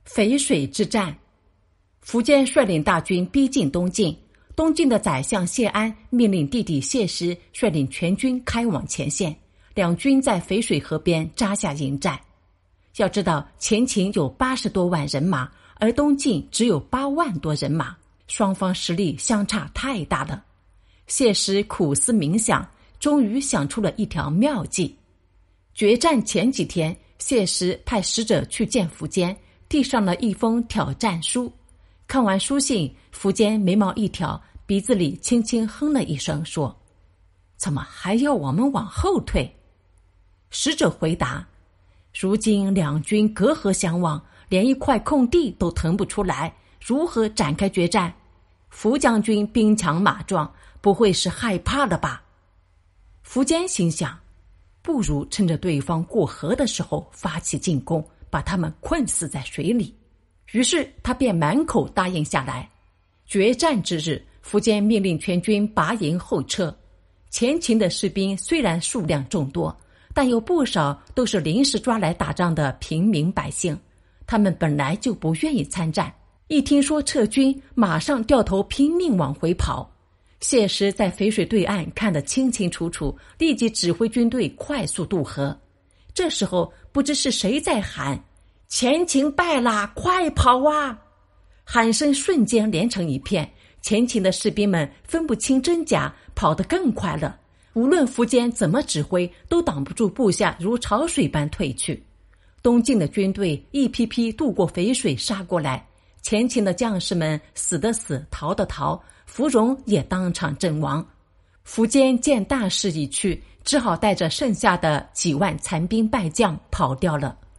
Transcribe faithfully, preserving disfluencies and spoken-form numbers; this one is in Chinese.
淝水之战，苻坚率领大军逼近东晋，东晋的宰相谢安命令弟弟谢石率领全军开往前线，两军在淝水河边扎下营寨。要知道前秦有八十多万人马，而东晋只有八万多人马，双方实力相差太大了。谢石苦思冥想，终于想出了一条妙计。决战前几天，谢石派使者去见苻坚，递上了一封挑战书。看完书信，苻坚眉毛一挑，鼻子里轻轻哼了一声，说：怎么还要我们往后退？使者回答：如今两军隔河相望，连一块空地都腾不出来，如何展开决战？苻将军兵强马壮，不会是害怕了吧？苻坚心想，不如趁着对方过河的时候发起进攻，把他们困死在水里。于是他便满口答应下来。决战之日，苻坚命令全军拔营后撤。前秦的士兵虽然数量众多，但有不少都是临时抓来打仗的平民百姓，他们本来就不愿意参战，一听说撤军，马上掉头拼命往回跑。谢石在淝水对岸看得清清楚楚，立即指挥军队快速渡河。这时候不知是谁在喊：前秦败啦，快跑啊！喊声瞬间连成一片，前秦的士兵们分不清真假，跑得更快了。无论苻坚怎么指挥，都挡不住部下如潮水般退去。东晋的军队一批批渡过淝水杀过来，前秦的将士们死的死，逃的逃，芙蓉也当场阵亡。苻坚见大势已去，只好带着剩下的几万残兵败将跑掉了。